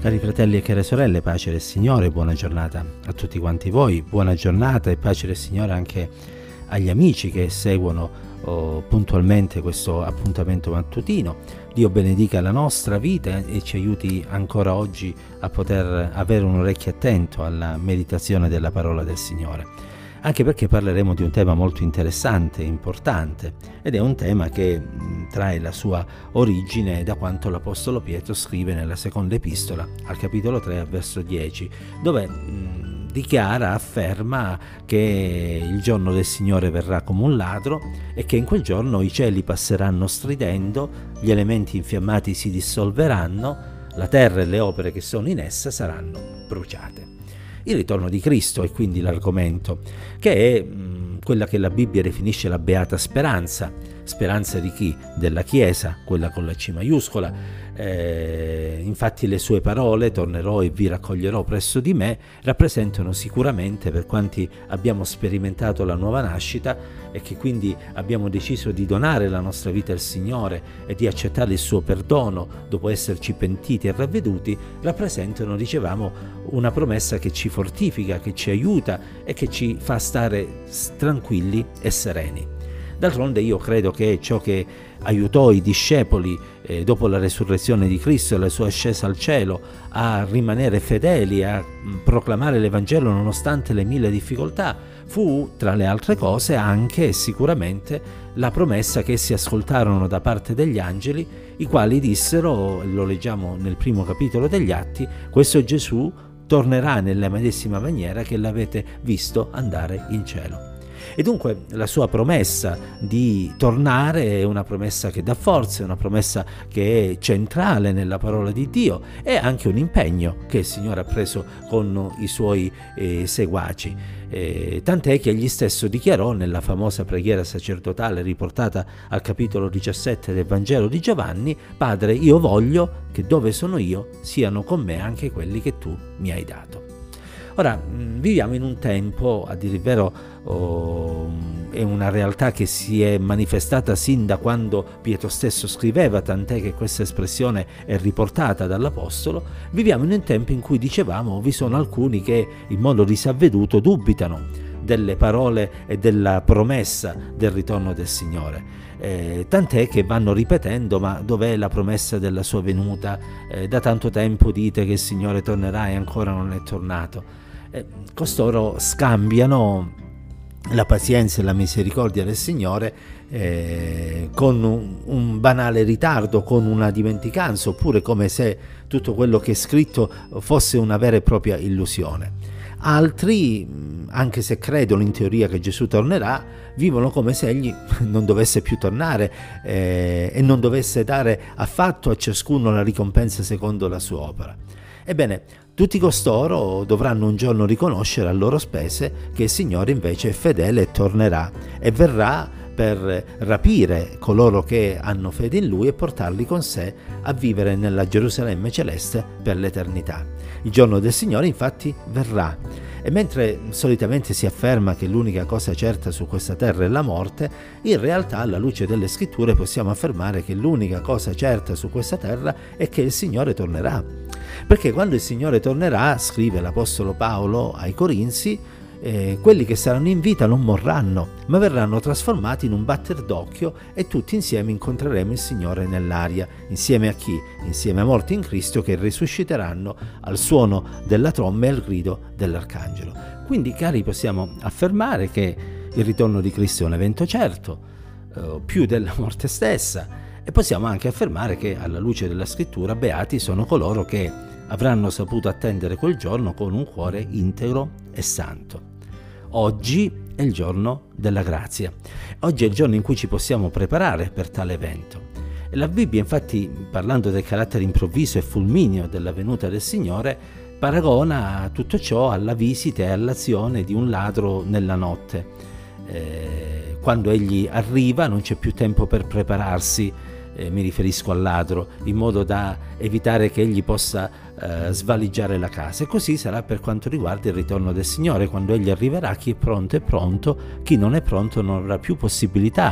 Cari fratelli e care sorelle, pace del Signore, buona giornata a tutti quanti voi, buona giornata e pace del Signore anche agli amici che seguono puntualmente questo appuntamento mattutino. Dio benedica la nostra vita e ci aiuti ancora oggi a poter avere un orecchio attento alla meditazione della parola del Signore. Anche perché parleremo di un tema molto interessante, importante, ed è un tema che trae la sua origine da quanto l'Apostolo Pietro scrive nella seconda epistola, al capitolo 3, al verso 10, dove dichiara, afferma che il giorno del Signore verrà come un ladro e che in quel giorno i cieli passeranno stridendo, gli elementi infiammati si dissolveranno, la terra e le opere che sono in essa saranno bruciate. Il ritorno di Cristo è quindi l'argomento, che è quella che la Bibbia definisce la beata speranza. Speranza di chi? Della Chiesa, quella con la C maiuscola. Infatti le sue parole, tornerò e vi raccoglierò presso di me, rappresentano sicuramente, per quanti abbiamo sperimentato la nuova nascita e che quindi abbiamo deciso di donare la nostra vita al Signore e di accettare il suo perdono dopo esserci pentiti e ravveduti, rappresentano, dicevamo, una promessa che ci fortifica, che ci aiuta e che ci fa stare tranquilli e sereni. D'altronde io credo che ciò che aiutò i discepoli dopo la resurrezione di Cristo e la sua ascesa al cielo a rimanere fedeli, a proclamare l'Evangelo nonostante le mille difficoltà, fu tra le altre cose anche e sicuramente la promessa che essi ascoltarono da parte degli angeli, i quali dissero, lo leggiamo nel primo capitolo degli Atti, questo Gesù tornerà nella medesima maniera che l'avete visto andare in cielo. E dunque la sua promessa di tornare è una promessa che dà forza, è una promessa che è centrale nella parola di Dio, è anche un impegno che il Signore ha preso con i suoi seguaci. Tant'è che egli stesso dichiarò nella famosa preghiera sacerdotale riportata al capitolo 17 del Vangelo di Giovanni: Padre, io voglio che dove sono io siano con me anche quelli che tu mi hai dato. Ora, viviamo in un tempo, a dire il vero, è una realtà che si è manifestata sin da quando Pietro stesso scriveva, tant'è che questa espressione è riportata dall'Apostolo. Viviamo in un tempo in cui, dicevamo, vi sono alcuni che in modo disavveduto dubitano delle parole e della promessa del ritorno del Signore. Tant'è che vanno ripetendo: ma dov'è la promessa della sua venuta? Da tanto tempo dite che il Signore tornerà e ancora non è tornato. Costoro scambiano la pazienza e la misericordia del Signore con un banale ritardo, con una dimenticanza, oppure come se tutto quello che è scritto fosse una vera e propria illusione. Altri, anche se credono in teoria che Gesù tornerà, vivono come se egli non dovesse più tornare e non dovesse dare affatto a ciascuno la ricompensa secondo la sua opera. Ebbene, tutti costoro dovranno un giorno riconoscere a loro spese che il Signore invece è fedele e tornerà e verrà per rapire coloro che hanno fede in Lui e portarli con sé a vivere nella Gerusalemme celeste per l'eternità. Il giorno del Signore infatti verrà, e mentre solitamente si afferma che l'unica cosa certa su questa terra è la morte, in realtà alla luce delle Scritture possiamo affermare che l'unica cosa certa su questa terra è che il Signore tornerà. Perché quando il Signore tornerà, scrive l'Apostolo Paolo ai Corinzi, quelli che saranno in vita non morranno, ma verranno trasformati in un batter d'occhio e tutti insieme incontreremo il Signore nell'aria. Insieme a chi? Insieme a morti in Cristo che risusciteranno al suono della tromba e al grido dell'arcangelo. Quindi, cari, possiamo affermare che il ritorno di Cristo è un evento certo, più della morte stessa, e possiamo anche affermare che alla luce della Scrittura beati sono coloro che avranno saputo attendere quel giorno con un cuore integro e santo. Oggi è il giorno della grazia. Oggi è il giorno in cui ci possiamo preparare per tale evento. E la Bibbia, infatti, parlando del carattere improvviso e fulmineo della venuta del Signore, paragona tutto ciò alla visita e all'azione di un ladro nella notte. Quando egli arriva non c'è più tempo per prepararsi, mi riferisco al ladro, in modo da evitare che egli possa svaligiare la casa. E così sarà per quanto riguarda il ritorno del Signore. Quando egli arriverà, chi è pronto è pronto, chi non è pronto non avrà più possibilità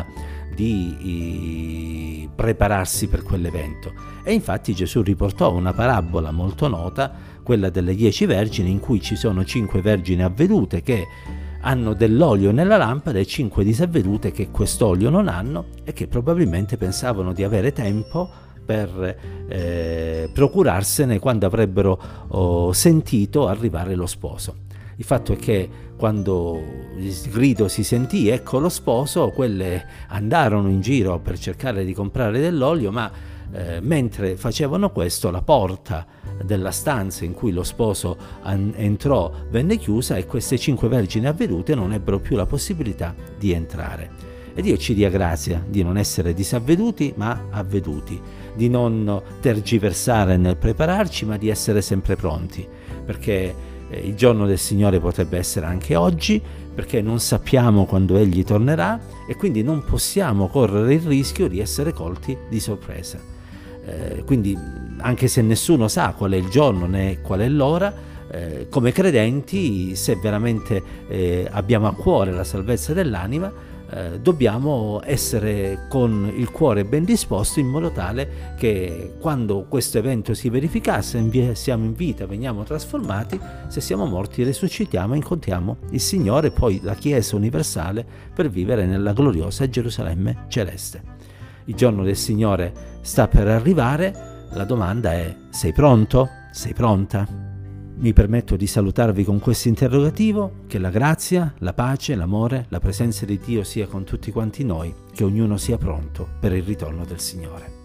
di prepararsi per quell'evento. E infatti Gesù riportò una parabola molto nota, quella delle 10 vergini, in cui ci sono 5 vergini avvedute che hanno dell'olio nella lampada e 5 disavvedute che quest'olio non hanno e che probabilmente pensavano di avere tempo per procurarsene quando avrebbero sentito arrivare lo sposo. Il fatto è che quando il grido si sentì, ecco lo sposo, quelle andarono in giro per cercare di comprare dell'olio, ma mentre facevano questo la porta della stanza in cui lo sposo entrò venne chiusa e queste 5 vergini avvedute non ebbero più la possibilità di entrare. E Dio ci dia grazia di non essere disavveduti ma avveduti, di non tergiversare nel prepararci ma di essere sempre pronti, perché il giorno del Signore potrebbe essere anche oggi, perché non sappiamo quando Egli tornerà e quindi non possiamo correre il rischio di essere colti di sorpresa. Quindi anche se nessuno sa qual è il giorno né qual è l'ora, come credenti, se veramente abbiamo a cuore la salvezza dell'anima, dobbiamo essere con il cuore ben disposto in modo tale che quando questo evento si verificasse, siamo in vita, veniamo trasformati, se siamo morti risuscitiamo e incontriamo il Signore, poi la Chiesa universale, per vivere nella gloriosa Gerusalemme celeste. Il giorno del Signore sta per arrivare, la domanda è: sei pronto? Sei pronta? Mi permetto di salutarvi con questo interrogativo: che la grazia, la pace, l'amore, la presenza di Dio sia con tutti quanti noi, che ognuno sia pronto per il ritorno del Signore.